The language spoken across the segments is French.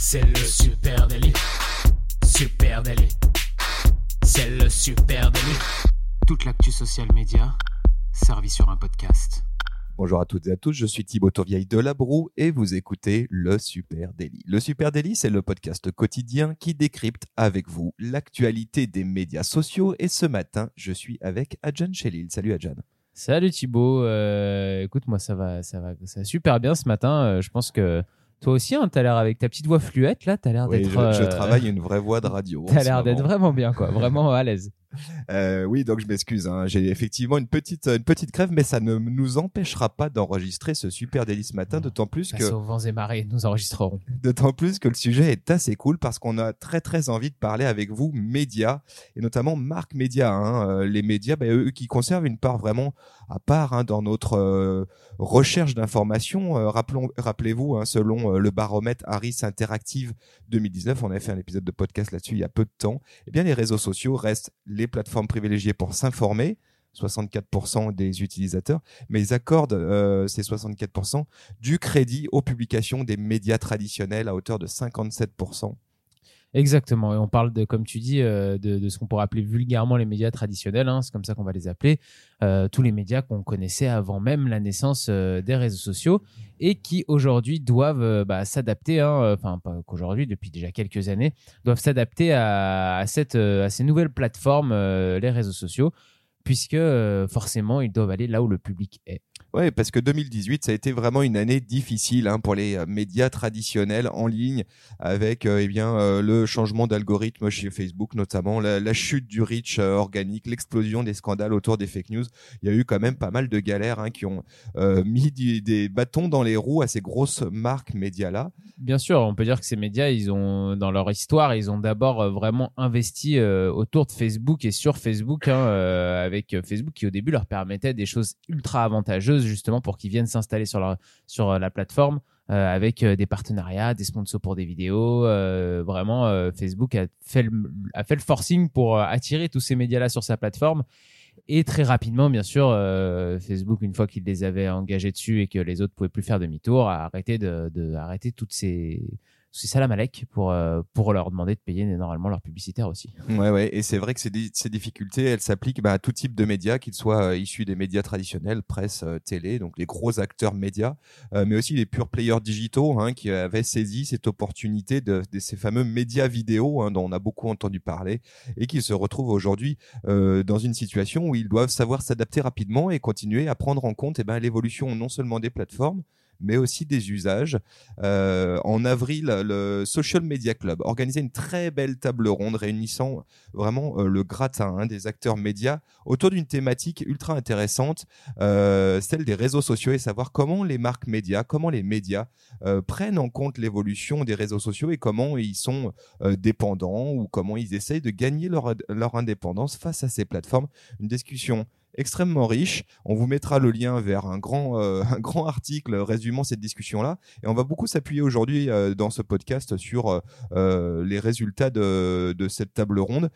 C'est le super délit. Super délit. C'est le super délit. Toute l'actu social média servie sur un podcast. Bonjour à toutes et à tous, je suis Thibaut Tourvieille de La Broue et vous écoutez le Super Daily. Le Super Daily, c'est le podcast quotidien qui décrypte avec vous l'actualité des médias sociaux. Et ce matin, je suis avec Adjan Chelil. Salut Adjan. Salut Thibaut, écoute, moi ça va super bien ce matin. Je pense que toi aussi, hein, t'as l'air avec ta petite voix fluette là, t'as l'air Oui, d'être. je travaille une vraie voix de radio. T'as l'air d'être vraiment bien, quoi, vraiment à l'aise. Oui, donc je m'excuse, hein. J'ai effectivement une petite crève, mais ça ne nous empêchera pas d'enregistrer ce Super Daily ce matin, d'autant plus que Au vents et marées, nous enregistrerons. D'autant plus que le sujet est assez cool parce qu'on a très envie de parler avec vous médias et notamment marques médias. Les médias, eux qui conservent une part vraiment à part dans notre recherche d'informations. Rappelez-vous, selon le baromètre Harris Interactive 2019, on avait fait un épisode de podcast là-dessus il y a peu de temps. Eh bien, les réseaux sociaux restent les plateformes privilégiées pour s'informer. 64% des utilisateurs, mais ils accordent ces 64% du crédit aux publications des médias traditionnels à hauteur de 57%. Exactement, et on parle de, comme tu dis, de ce qu'on pourrait appeler vulgairement les médias traditionnels, c'est comme ça qu'on va les appeler, tous les médias qu'on connaissait avant même la naissance des réseaux sociaux et qui aujourd'hui doivent s'adapter, enfin pas qu'aujourd'hui, depuis déjà quelques années, doivent s'adapter à ces nouvelles plateformes, les réseaux sociaux, puisque forcément ils doivent aller là où le public est. Ouais, parce que 2018, ça a été vraiment une année difficile pour les médias traditionnels en ligne, avec le changement d'algorithme chez Facebook, notamment la chute du reach organique, l'explosion des scandales autour des fake news. Il y a eu quand même pas mal de galères qui ont mis des bâtons dans les roues à ces grosses marques médias-là. Bien sûr, on peut dire que ces médias, ils ont, dans leur histoire, ils ont d'abord vraiment investi autour de Facebook et sur Facebook, avec Facebook qui au début leur permettait des choses ultra avantageuses justement pour qu'ils viennent s'installer sur la plateforme avec des partenariats, des sponsors pour des vidéos. Facebook a fait le forcing pour attirer tous ces médias-là sur sa plateforme. Et très rapidement, bien sûr, Facebook, une fois qu'ils les avaient engagés dessus et que les autres pouvaient plus faire demi-tour, a arrêté arrêter toutes ces salamalek pour leur demander de payer normalement leurs publicitaires aussi. Ouais, et c'est vrai que ces difficultés, elles s'appliquent à tout type de médias, qu'ils soient issus des médias traditionnels, presse, télé, donc les gros acteurs médias, mais aussi les pure players digitaux qui avaient saisi cette opportunité de ces fameux médias vidéo dont on a beaucoup entendu parler et qui se retrouvent aujourd'hui dans une situation où ils doivent savoir s'adapter rapidement et continuer à prendre en compte l'évolution non seulement des plateformes, mais aussi des usages. En avril, le Social Media Club organisait une très belle table ronde réunissant vraiment le gratin des acteurs médias autour d'une thématique ultra intéressante, celle des réseaux sociaux, et savoir comment les marques médias, comment les médias prennent en compte l'évolution des réseaux sociaux et comment ils sont dépendants ou comment ils essayent de gagner leur indépendance face à ces plateformes. Une discussion extrêmement riche. On vous mettra le lien vers un grand article résumant cette discussion-là. Et on va beaucoup s'appuyer aujourd'hui dans ce podcast sur les résultats de cette table ronde.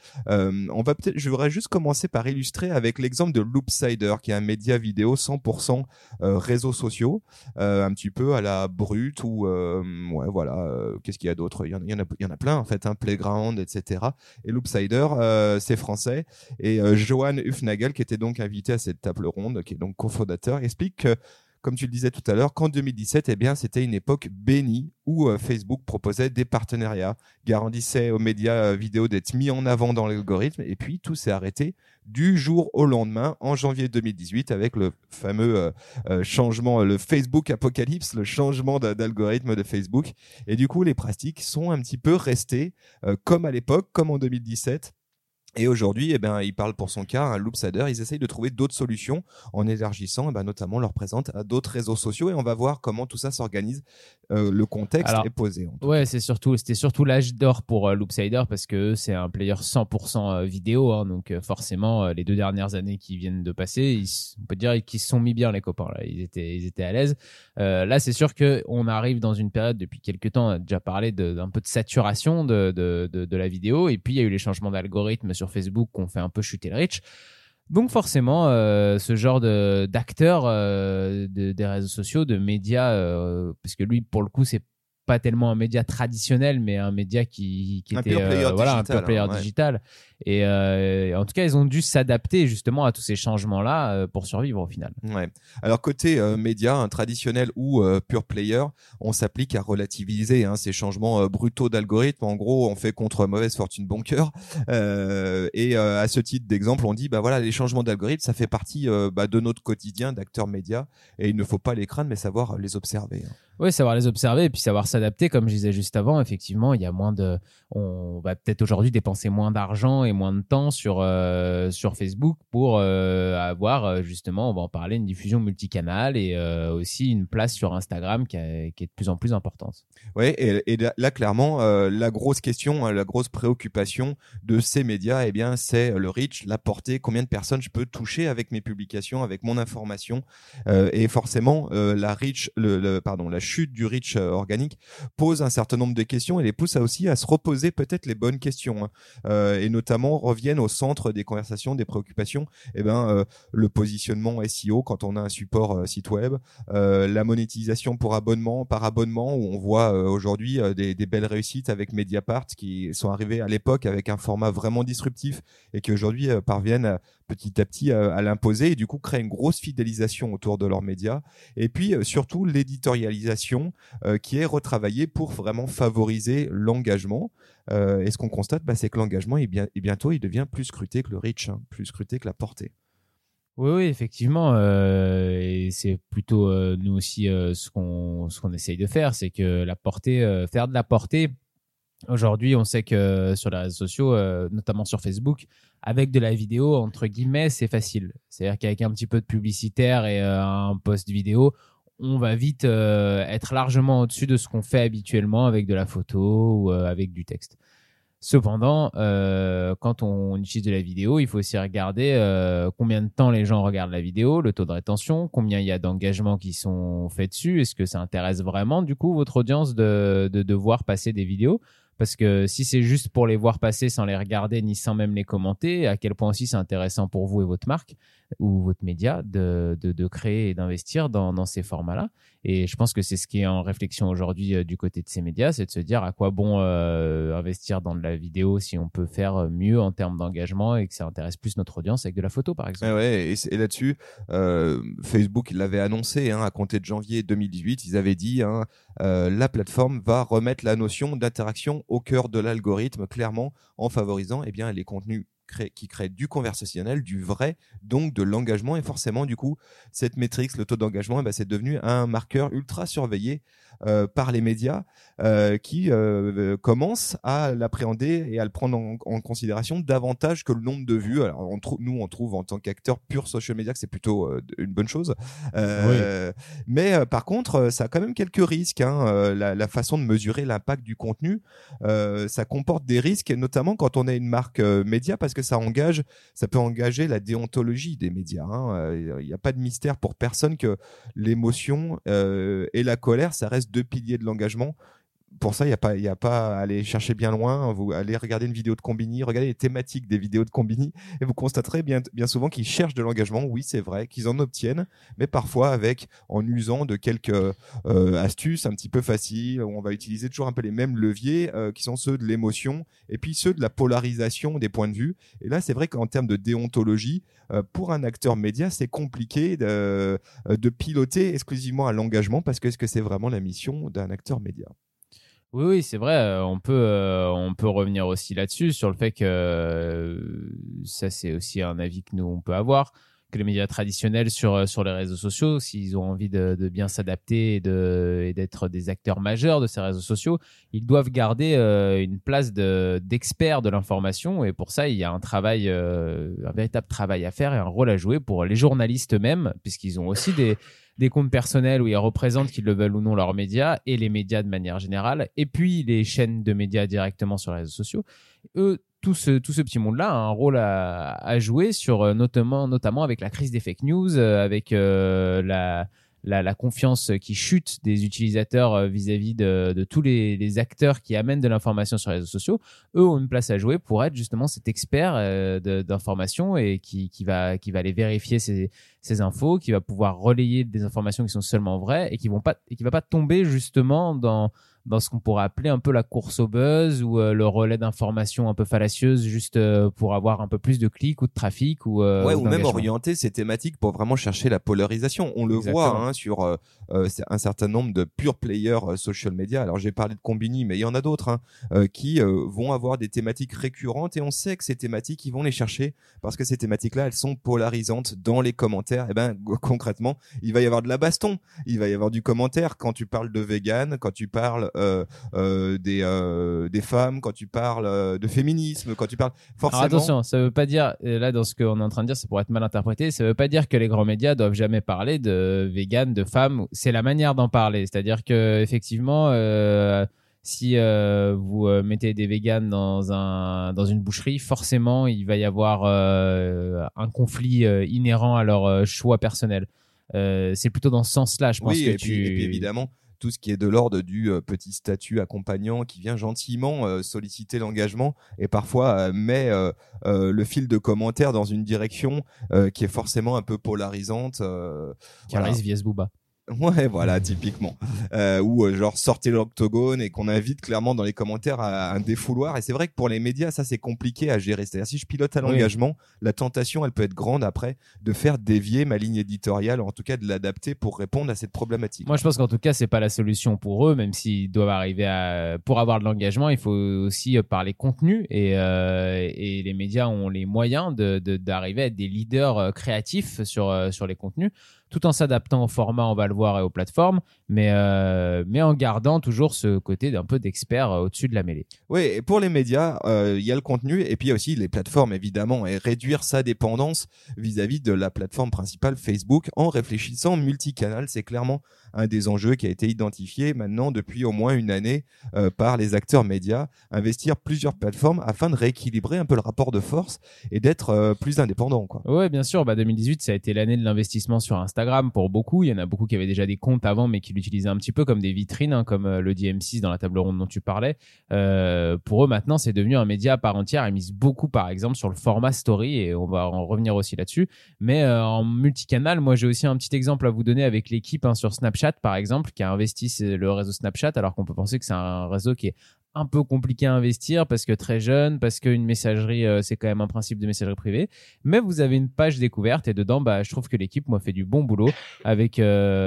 Je voudrais juste commencer par illustrer avec l'exemple de Loopsider, qui est un média vidéo 100% réseaux sociaux, un petit peu à la Brut ou qu'est-ce qu'il y a d'autre ? Il y en a plein en fait, Playground, etc. Et Loopsider, c'est français. Et Johan Hufnagel, qui était donc invité à cette table ronde, qui est donc cofondateur, explique que, comme tu le disais tout à l'heure, qu'en 2017, c'était une époque bénie où Facebook proposait des partenariats, garantissait aux médias vidéo d'être mis en avant dans l'algorithme, et puis tout s'est arrêté du jour au lendemain, en janvier 2018, avec le fameux changement, le Facebook Apocalypse, le changement d'algorithme de Facebook. Et du coup, les pratiques sont un petit peu restées comme à l'époque, comme en 2017. Et aujourd'hui, il parle pour son cas, Loopsider, ils essayent de trouver d'autres solutions en élargissant notamment leur présence à d'autres réseaux sociaux, et on va voir comment tout ça s'organise. Le contexte est posé. Ouais, c'était surtout l'âge d'or pour Loopsider, parce que c'est un player 100% vidéo, donc forcément les 2 dernières années qui viennent de passer, on peut dire qu'ils se sont mis bien, les copains là, ils étaient à l'aise. Là, c'est sûr que on arrive dans une période, depuis quelques temps, on a déjà parlé d'un peu de saturation de la vidéo, et puis il y a eu les changements d'algorithme sur Facebook qui ont fait un peu chuter le reach. Donc forcément, ce genre d'acteurs des réseaux sociaux, de médias, parce que lui, pour le coup, c'est pas tellement un média traditionnel, mais un média qui Un était pure player un digital, pure player ouais. digital. Et en tout cas, ils ont dû s'adapter justement à tous ces changements-là pour survivre au final. Ouais. Alors côté média traditionnel ou pure player, on s'applique à relativiser ces changements brutaux d'algorithme. En gros, on fait contre mauvaise fortune bon cœur. Et à ce titre d'exemple, on dit bah voilà, les changements d'algorithme, ça fait partie de notre quotidien d'acteurs médias et il ne faut pas les craindre, mais savoir les observer. Oui, savoir les observer et puis savoir s'adapter. Comme je disais juste avant, effectivement, il y a on va peut-être aujourd'hui dépenser moins d'argent et moins de temps sur Facebook pour avoir justement, on va en parler, une diffusion multicanale et aussi une place sur Instagram qui est de plus en plus importante. Ouais, et là clairement, la grosse question, la grosse préoccupation de ces médias, eh bien, c'est le reach, la portée, combien de personnes je peux toucher avec mes publications, avec mon information, et forcément la chute du reach organique pose un certain nombre de questions et les pousse aussi à se reposer peut-être les bonnes questions, et notamment reviennent au centre des conversations, des préoccupations, le positionnement SEO quand on a un support site web, la monétisation par abonnement où on voit aujourd'hui des belles réussites avec Mediapart qui sont arrivés à l'époque avec un format vraiment disruptif et qui aujourd'hui parviennent petit à petit à l'imposer et du coup créent une grosse fidélisation autour de leurs médias. Et puis surtout l'éditorialisation qui est retravaillée pour vraiment favoriser l'engagement. Et ce qu'on constate, c'est que l'engagement bientôt il devient plus scruté que le reach, plus scruté que la portée. Oui, effectivement, et c'est plutôt nous aussi ce qu'on essaye de faire, c'est que la portée, faire de la portée. Aujourd'hui, on sait que sur les réseaux sociaux, notamment sur Facebook, avec de la vidéo, entre guillemets, c'est facile. C'est-à-dire qu'avec un petit peu de publicitaire et un post vidéo, on va vite être largement au-dessus de ce qu'on fait habituellement avec de la photo ou avec du texte. Cependant, quand on utilise de la vidéo, il faut aussi regarder combien de temps les gens regardent la vidéo, le taux de rétention, combien il y a d'engagements qui sont faits dessus. Est-ce que ça intéresse vraiment, du coup, votre audience de voir passer des vidéos ? Parce que si c'est juste pour les voir passer sans les regarder ni sans même les commenter, à quel point aussi c'est intéressant pour vous et votre marque ou votre média de créer et d'investir dans ces formats-là. Et je pense que c'est ce qui est en réflexion aujourd'hui du côté de ces médias, c'est de se dire à quoi bon investir dans de la vidéo si on peut faire mieux en termes d'engagement et que ça intéresse plus notre audience avec de la photo, par exemple. Et là-dessus, Facebook l'avait annoncé à compter de janvier 2018, ils avaient dit la plateforme va remettre la notion d'interaction au cœur de l'algorithme, clairement en favorisant les contenus qui crée du conversationnel, du vrai, donc de l'engagement. Et forcément, du coup, cette métrique, le taux d'engagement, c'est devenu un marqueur ultra surveillé par les médias qui commencent à l'appréhender et à le prendre en considération davantage que le nombre de vues. Alors, on trouve en tant qu'acteur pur social media que c'est plutôt une bonne chose. Mais par contre, ça a quand même quelques risques. La façon de mesurer l'impact du contenu, ça comporte des risques, notamment quand on est une marque média, parce que ça peut engager la déontologie des médias. Il n'y a pas de mystère pour personne que l'émotion et la colère, ça reste deux piliers de l'engagement. Pour ça, il y a pas à aller chercher bien loin. Vous allez regarder une vidéo de Combini, regardez les thématiques des vidéos de Combini et vous constaterez bien souvent qu'ils cherchent de l'engagement. Oui, c'est vrai qu'ils en obtiennent, mais parfois en usant de quelques astuces un petit peu faciles où on va utiliser toujours un peu les mêmes leviers qui sont ceux de l'émotion et puis ceux de la polarisation des points de vue. Et là, c'est vrai qu'en termes de déontologie, pour un acteur média, c'est compliqué de piloter exclusivement à l'engagement parce que est-ce que c'est vraiment la mission d'un acteur média ? Oui, c'est vrai. On peut revenir aussi là-dessus sur le fait que ça, c'est aussi un avis que nous on peut avoir, que les médias traditionnels sur les réseaux sociaux, s'ils ont envie de bien s'adapter et d'être des acteurs majeurs de ces réseaux sociaux, ils doivent garder une place d'experts de l'information. Et pour ça, il y a un véritable travail à faire et un rôle à jouer pour les journalistes eux-mêmes, puisqu'ils ont aussi des comptes personnels où ils représentent, qu'ils le veulent ou non, leurs médias et les médias de manière générale, et puis les chaînes de médias directement sur les réseaux sociaux. Eux, tout ce petit monde-là a un rôle à jouer sur notamment avec la crise des fake news, avec la confiance qui chute des utilisateurs vis-à-vis de tous les acteurs qui amènent de l'information sur les réseaux sociaux. Eux ont une place à jouer pour être justement cet expert d'information et qui va aller vérifier ces infos, qui va pouvoir relayer des informations qui sont seulement vraies et qui va pas tomber justement dans dans ce qu'on pourrait appeler un peu la course au buzz ou le relais d'informations un peu fallacieuses juste pour avoir un peu plus de clics ou de trafic ou ou même orienter ces thématiques pour vraiment chercher la polarisation. On le voit sur un certain nombre de pure players social media. Alors j'ai parlé de Combini, mais il y en a d'autres qui vont avoir des thématiques récurrentes et on sait que ces thématiques, ils vont les chercher parce que ces thématiques-là, elles sont polarisantes dans les commentaires. Et ben concrètement, il va y avoir de la baston, il va y avoir du commentaire quand tu parles de vegan, quand tu parles des femmes, quand tu parles de féminisme, quand tu parles forcément. Alors attention, ça veut pas dire là dans ce qu'on est en train de dire, ça pourrait être mal interprété. Ça veut pas dire que les grands médias doivent jamais parler de vegan, de femmes. C'est la manière d'en parler. C'est-à-dire que effectivement, si vous mettez des véganes dans une boucherie, forcément, il va y avoir un conflit inhérent à leur choix personnel. C'est plutôt dans ce sens-là, je pense que et puis évidemment, tout ce qui est de l'ordre du petit statut accompagnant qui vient gentiment solliciter l'engagement et parfois met le fil de commentaires dans une direction qui est forcément un peu polarisante. Caris vs Booba. Ouais, voilà, typiquement. Ou genre sortez l'octogone et qu'on invite clairement dans les commentaires à un défouloir. Et c'est vrai que pour les médias, ça c'est compliqué à gérer. C'est-à-dire si je pilote à l'engagement, la tentation, elle peut être grande après de faire dévier ma ligne éditoriale, en tout cas de l'adapter pour répondre à cette problématique. Moi, je pense qu'en tout cas, c'est pas la solution pour eux, même s'ils doivent arriver pour avoir de l'engagement, il faut aussi parler contenu et les médias ont les moyens d'arriver à être des leaders créatifs sur les contenus, tout en s'adaptant au format, on va le voir, et aux plateformes, mais en gardant toujours ce côté d'un peu d'expert au-dessus de la mêlée. Oui, et pour les médias, il y a le contenu et puis il y a aussi les plateformes, évidemment, et réduire sa dépendance vis-à-vis de la plateforme principale Facebook en réfléchissant multicanal. C'est clairement un des enjeux qui a été identifié maintenant depuis au moins une année par les acteurs médias. Investir plusieurs plateformes afin de rééquilibrer un peu le rapport de force et d'être plus indépendant, quoi. Oui, bien sûr. 2018, ça a été l'année de l'investissement sur Instagram pour beaucoup. Il y en a beaucoup qui avaient déjà des comptes avant, mais qui l'utilisaient un petit peu comme des vitrines, comme le dit M6 dans la table ronde dont tu parlais. Pour eux, maintenant, c'est devenu un média à part entière. Ils misent beaucoup, par exemple, sur le format story, et on va en revenir aussi là-dessus. Mais en multicanal, moi, j'ai aussi un petit exemple à vous donner avec l'équipe sur Snapchat, par exemple, qui a investi le réseau Snapchat, alors qu'on peut penser que c'est un réseau qui est un peu compliqué à investir parce que très jeune, parce qu'une messagerie, c'est quand même un principe de messagerie privée. Mais vous avez une page découverte et dedans, je trouve que l'équipe, fait du bon boulot avec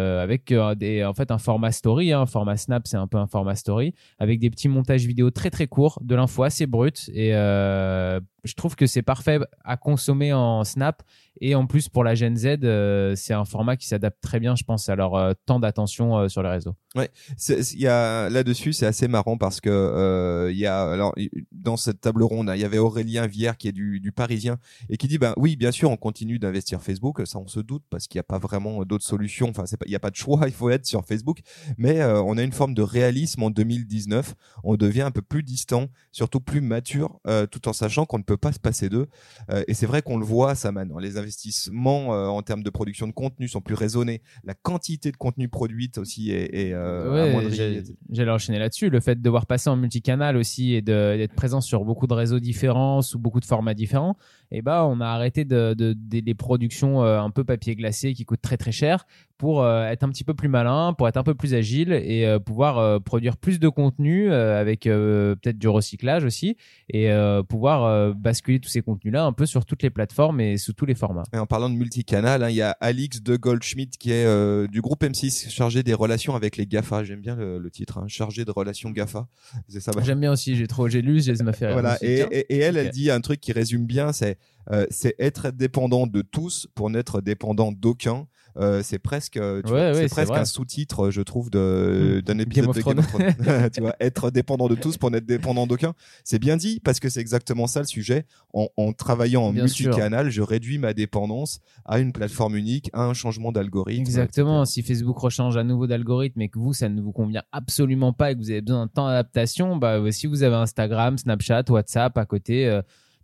en fait un format story, un format Snap, c'est un peu un format story avec des petits montages vidéo très très courts, de l'info assez brute et je trouve que c'est parfait à consommer en Snap et en plus pour la Gen Z, c'est un format qui s'adapte très bien, je pense, à leur temps d'attention sur les réseaux. Ouais, il y a là-dessus, c'est assez marrant parce que il y a alors dans cette table ronde, il y avait Aurélien Vière qui est du Parisien et qui dit oui, bien sûr, on continue d'investir Facebook, ça on se doute parce qu'il n'y a pas vraiment d'autres solutions, enfin il n'y a pas de choix, il faut être sur Facebook, mais on a une forme de réalisme en 2019, on devient un peu plus distant, surtout plus mature, tout en sachant qu'on ne peut pas se passer d'eux et c'est vrai qu'on le voit ça maintenant, les investissements en termes de production de contenu sont plus raisonnés, la quantité de contenu produite aussi est j'allais enchaîner là-dessus. Le fait de devoir passer en multicanal aussi et d'être présent sur beaucoup de réseaux différents, sous beaucoup de formats différents, on a arrêté des productions un peu papier glacé qui coûtent très très cher pour être un petit peu plus malin, pour être un peu plus agile et pouvoir produire plus de contenu avec peut-être du recyclage aussi et pouvoir basculer tous ces contenus-là un peu sur toutes les plateformes et sous tous les formats. Et en parlant de multicanal, il y a Alix de Goldschmidt qui est du groupe M6 chargé des relations avec les GAFA. J'aime bien le titre, chargé de relations GAFA. C'est ça. J'aime bien aussi, j'ai lu, ça m'a fait rire. Voilà. Et elle dit un truc qui résume bien, c'est être dépendant de tous pour n'être dépendant d'aucun. C'est presque, c'est presque un sous-titre, je trouve, d'un épisode de Game of Thrones. Tu vois, être dépendant de tous pour n'être dépendant d'aucun. C'est bien dit parce que c'est exactement ça le sujet. En travaillant en multicanal, je réduis ma dépendance à une plateforme unique, à un changement d'algorithme. Exactement. Si Facebook rechange à nouveau d'algorithme et que vous, ça ne vous convient absolument pas et que vous avez besoin d'un temps d'adaptation, si vous avez Instagram, Snapchat, WhatsApp à côté,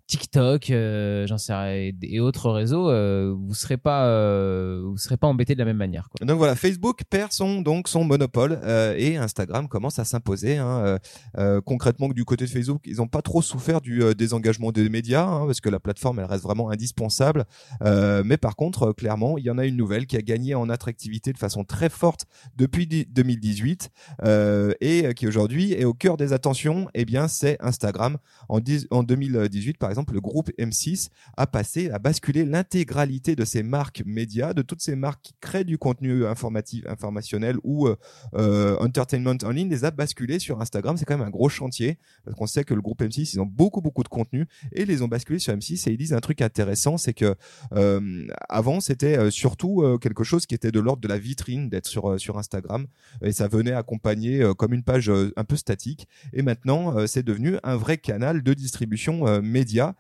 TikTok, j'en sais rien, et autres réseaux, vous serez pas embêté de la même manière, quoi. Donc voilà, Facebook perd son monopole et Instagram commence à s'imposer. Concrètement, du côté de Facebook, ils n'ont pas trop souffert du désengagement des médias, parce que la plateforme elle reste vraiment indispensable. Mais par contre, clairement, il y en a une nouvelle qui a gagné en attractivité de façon très forte depuis 2018 et qui aujourd'hui est au cœur des attentions. Eh bien, c'est Instagram. En 2018, par exemple, le groupe M6 a basculé l'intégralité de ses marques médias, de toutes ces marques qui créent du contenu informationnel ou entertainment en ligne, les a basculés sur Instagram. C'est quand même un gros chantier parce qu'on sait que le groupe M6, ils ont beaucoup de contenu et ils les ont basculés sur M6 et ils disent un truc intéressant, c'est que avant c'était surtout quelque chose qui était de l'ordre de la vitrine d'être sur Instagram et ça venait accompagner comme une page un peu statique et maintenant c'est devenu un vrai canal de distribution média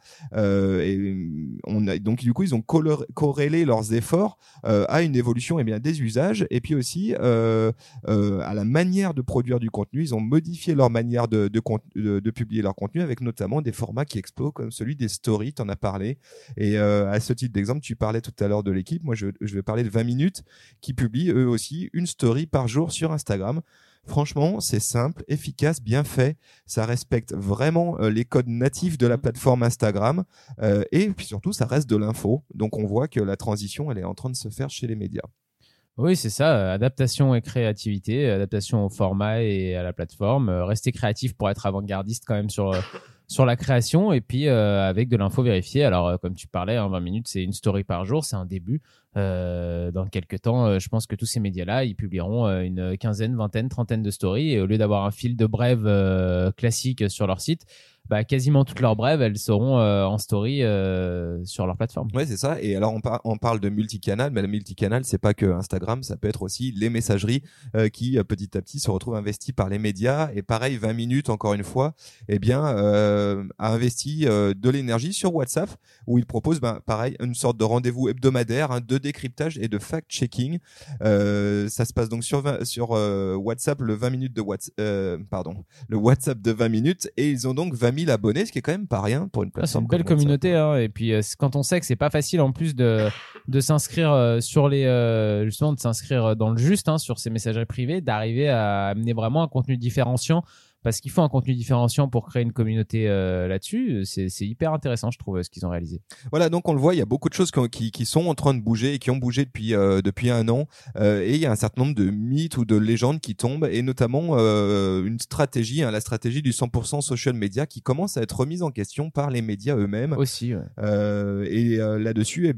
et donc du coup ils ont corrélé leurs efforts à une évolution des usages et puis aussi à la manière de produire du contenu. Ils ont modifié leur manière de publier leur contenu avec notamment des formats qui explosent comme celui des stories, t'en as parlé et à ce titre d'exemple tu parlais tout à l'heure de l'équipe, moi je vais parler de 20 minutes qui publient eux aussi une story par jour sur Instagram. Franchement, c'est simple, efficace, bien fait. Ça respecte vraiment les codes natifs de la plateforme Instagram et puis surtout, ça reste de l'info. Donc, on voit que la transition, elle est en train de se faire chez les médias. Oui, c'est ça. Adaptation et créativité, adaptation au format et à la plateforme. Rester créatif pour être avant-gardiste quand même sur la création et puis avec de l'info vérifiée. Alors, comme tu parlais, 20 minutes, c'est une story par jour, c'est un début. Dans quelques temps, je pense que tous ces médias-là, ils publieront une quinzaine, vingtaine, trentaine de stories et au lieu d'avoir un fil de brève classique sur leur site, quasiment toutes leurs brèves, elles seront en story sur leur plateforme. Ouais, c'est ça. Et alors, on parle de multicanal, mais le multicanal, c'est pas que Instagram, ça peut être aussi les messageries qui, petit à petit, se retrouvent investies par les médias. Et pareil, 20 minutes, encore une fois, a investi de l'énergie sur WhatsApp, où il propose, pareil, une sorte de rendez-vous hebdomadaire, de décryptage et de fact-checking. Ça se passe donc sur WhatsApp, le 20 minutes le WhatsApp de 20 minutes, et ils ont donc 20 000 abonnés, ce qui est quand même pas rien pour une plateforme. C'est une belle communauté, et puis quand on sait que c'est pas facile en plus de s'inscrire sur justement de s'inscrire dans le juste sur ces messageries privées, d'arriver à amener vraiment un contenu différenciant. Parce qu'il faut un contenu différenciant pour créer une communauté là-dessus. C'est hyper intéressant, je trouve, ce qu'ils ont réalisé. Voilà, donc on le voit, il y a beaucoup de choses qui sont en train de bouger et qui ont bougé depuis un an. Et il y a un certain nombre de mythes ou de légendes qui tombent, et notamment une stratégie, la stratégie du 100% social media qui commence à être remise en question par les médias eux-mêmes. Aussi, ouais. Là-dessus,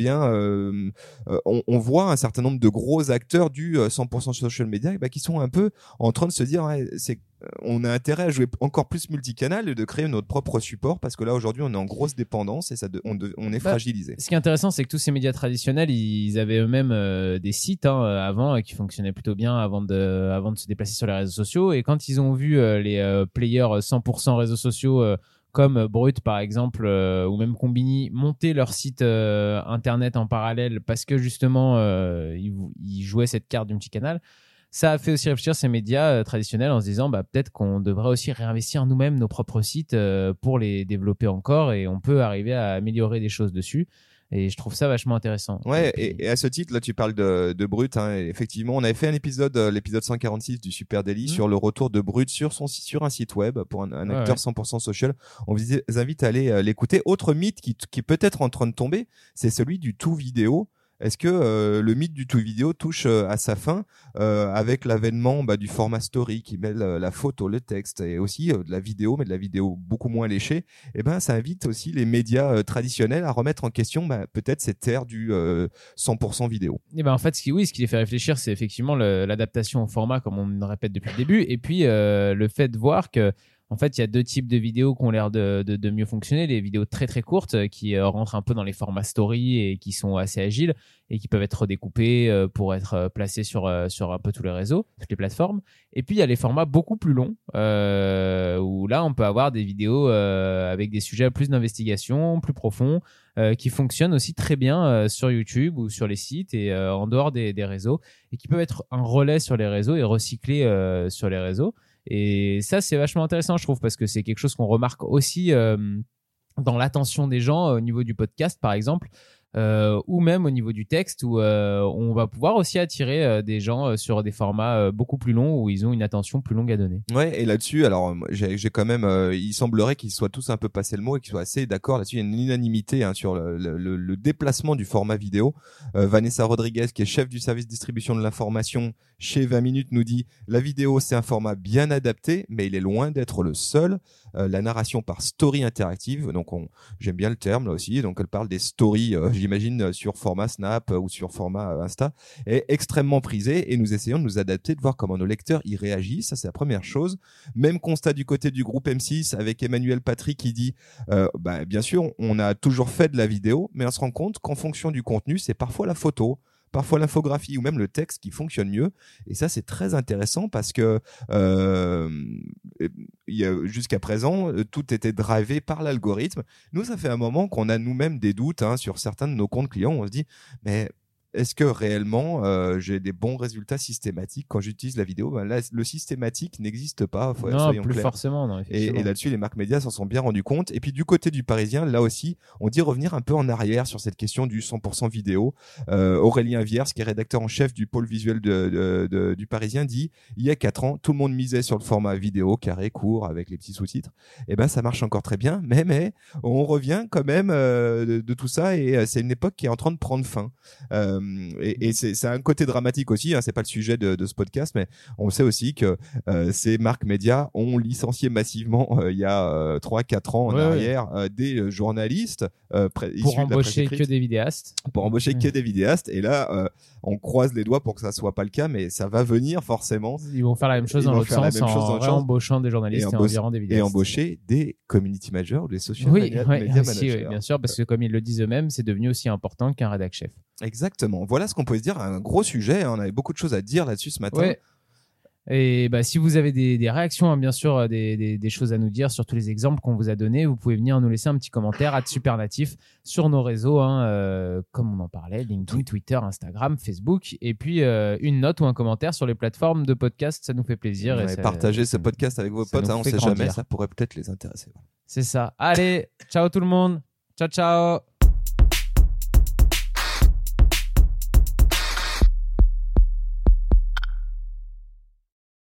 on voit un certain nombre de gros acteurs du 100% social media qui sont un peu en train de se dire, on a intérêt à jouer encore plus multicanal et de créer notre propre support parce que là aujourd'hui on est en grosse dépendance et on est fragilisé. Ce qui est intéressant, c'est que tous ces médias traditionnels, ils avaient eux-mêmes des sites avant qui fonctionnaient plutôt bien avant de se déplacer sur les réseaux sociaux, et quand ils ont vu les players 100% réseaux sociaux comme Brut par exemple ou même Combini monter leur site internet en parallèle parce que justement ils jouaient cette carte du multicanal, ça a fait aussi réfléchir ces médias traditionnels en se disant peut-être qu'on devrait aussi réinvestir nous-mêmes nos propres sites pour les développer encore, et on peut arriver à améliorer des choses dessus. Et je trouve ça vachement intéressant. Ouais, et à ce titre, là, tu parles de Brut. Effectivement, on avait fait un épisode, l'épisode 146 du Super Daily, sur le retour de Brut sur un site web pour un acteur 100% social. On vous invite à aller l'écouter. Autre mythe qui est peut-être en train de tomber, c'est celui du tout vidéo. Est-ce que le mythe du tout vidéo touche à sa fin avec l'avènement du format story qui mêle la photo, le texte et aussi de la vidéo, mais de la vidéo beaucoup moins léchée? Ça invite aussi les médias traditionnels à remettre en question peut-être cette ère du 100% vidéo. Et en fait, ce qui les fait réfléchir, c'est effectivement l'adaptation au format, comme on le répète depuis le début, et puis le fait de voir que en fait, il y a deux types de vidéos qui ont l'air de mieux fonctionner. Les vidéos très très courtes qui rentrent un peu dans les formats story et qui sont assez agiles et qui peuvent être découpées pour être placées sur un peu tous les réseaux, toutes les plateformes. Et puis, il y a les formats beaucoup plus longs où là, on peut avoir des vidéos avec des sujets plus d'investigation, plus profonds, qui fonctionnent aussi très bien sur YouTube ou sur les sites et en dehors des réseaux, et qui peuvent être un relais sur les réseaux et recyclés sur les réseaux. Et ça, c'est vachement intéressant, je trouve, parce que c'est quelque chose qu'on remarque aussi dans l'attention des gens au niveau du podcast, par exemple. Ou même au niveau du texte où on va pouvoir aussi attirer des gens sur des formats beaucoup plus longs où ils ont une attention plus longue à donner. Ouais, et là-dessus, alors j'ai quand même, il semblerait qu'ils soient tous un peu passé le mot et qu'ils soient assez d'accord là-dessus. Il y a une unanimité sur le déplacement du format vidéo. Vanessa Rodriguez, qui est chef du service distribution de l'information chez 20 minutes, nous dit la vidéo c'est un format bien adapté, mais il est loin d'être le seul. La narration par story interactive, donc j'aime bien le terme là aussi. Donc elle parle des stories, j'imagine sur format Snap ou sur format Insta, est extrêmement prisée et nous essayons de nous adapter, de voir comment nos lecteurs y réagissent. Ça c'est la première chose. Même constat du côté du groupe M6 avec Emmanuel Patry qui dit bien sûr on a toujours fait de la vidéo, mais on se rend compte qu'en fonction du contenu, c'est parfois la photo, parfois l'infographie ou même le texte qui fonctionne mieux. Et ça, c'est très intéressant parce que jusqu'à présent, tout était drivé par l'algorithme. Nous, ça fait un moment qu'on a nous-mêmes des doutes sur certains de nos comptes clients. On se dit, mais est-ce que réellement j'ai des bons résultats systématiques quand j'utilise la vidéo? Là, le systématique n'existe pas. Non, plus clairs. Forcément. Non, et là-dessus, les marques médias s'en sont bien rendus compte. Et puis du côté du Parisien, là aussi, on dit revenir un peu en arrière sur cette question du 100% vidéo. Aurélien Viers, qui est rédacteur en chef du pôle visuel du Parisien, dit il y a 4 ans, tout le monde misait sur le format vidéo carré, court, avec les petits sous-titres. Et ça marche encore très bien, mais on revient quand même de tout ça et c'est une époque qui est en train de prendre fin. Et c'est un côté dramatique aussi, c'est pas le sujet de ce podcast, mais on sait aussi que ces marques médias ont licencié massivement il y a 3-4 ans en arrière des journalistes pour embaucher que des vidéastes. Pour embaucher que des vidéastes. Et là, on croise les doigts pour que ça soit pas le cas, mais ça va venir forcément. Ils vont faire la même chose dans l'autre sens en embauchant des journalistes et en virant des vidéastes. Et embaucher des community managers ou des social media managers. Bien sûr, parce que comme ils le disent eux-mêmes, c'est devenu aussi important qu'un rédac chef. Exactement. Voilà ce qu'on pouvait se dire. Un gros sujet. On avait beaucoup de choses à dire là-dessus ce matin. Ouais. Et si vous avez des réactions, bien sûr, des choses à nous dire sur tous les exemples qu'on vous a donnés, vous pouvez venir nous laisser un petit commentaire @supernatif sur nos réseaux, comme on en parlait, LinkedIn, Twitter, Instagram, Facebook, et puis une note ou un commentaire sur les plateformes de podcast, ça nous fait plaisir. Et partagez ce podcast avec vos potes, on ne sait jamais, ça pourrait peut-être les intéresser. C'est ça. Allez, ciao tout le monde. Ciao, ciao.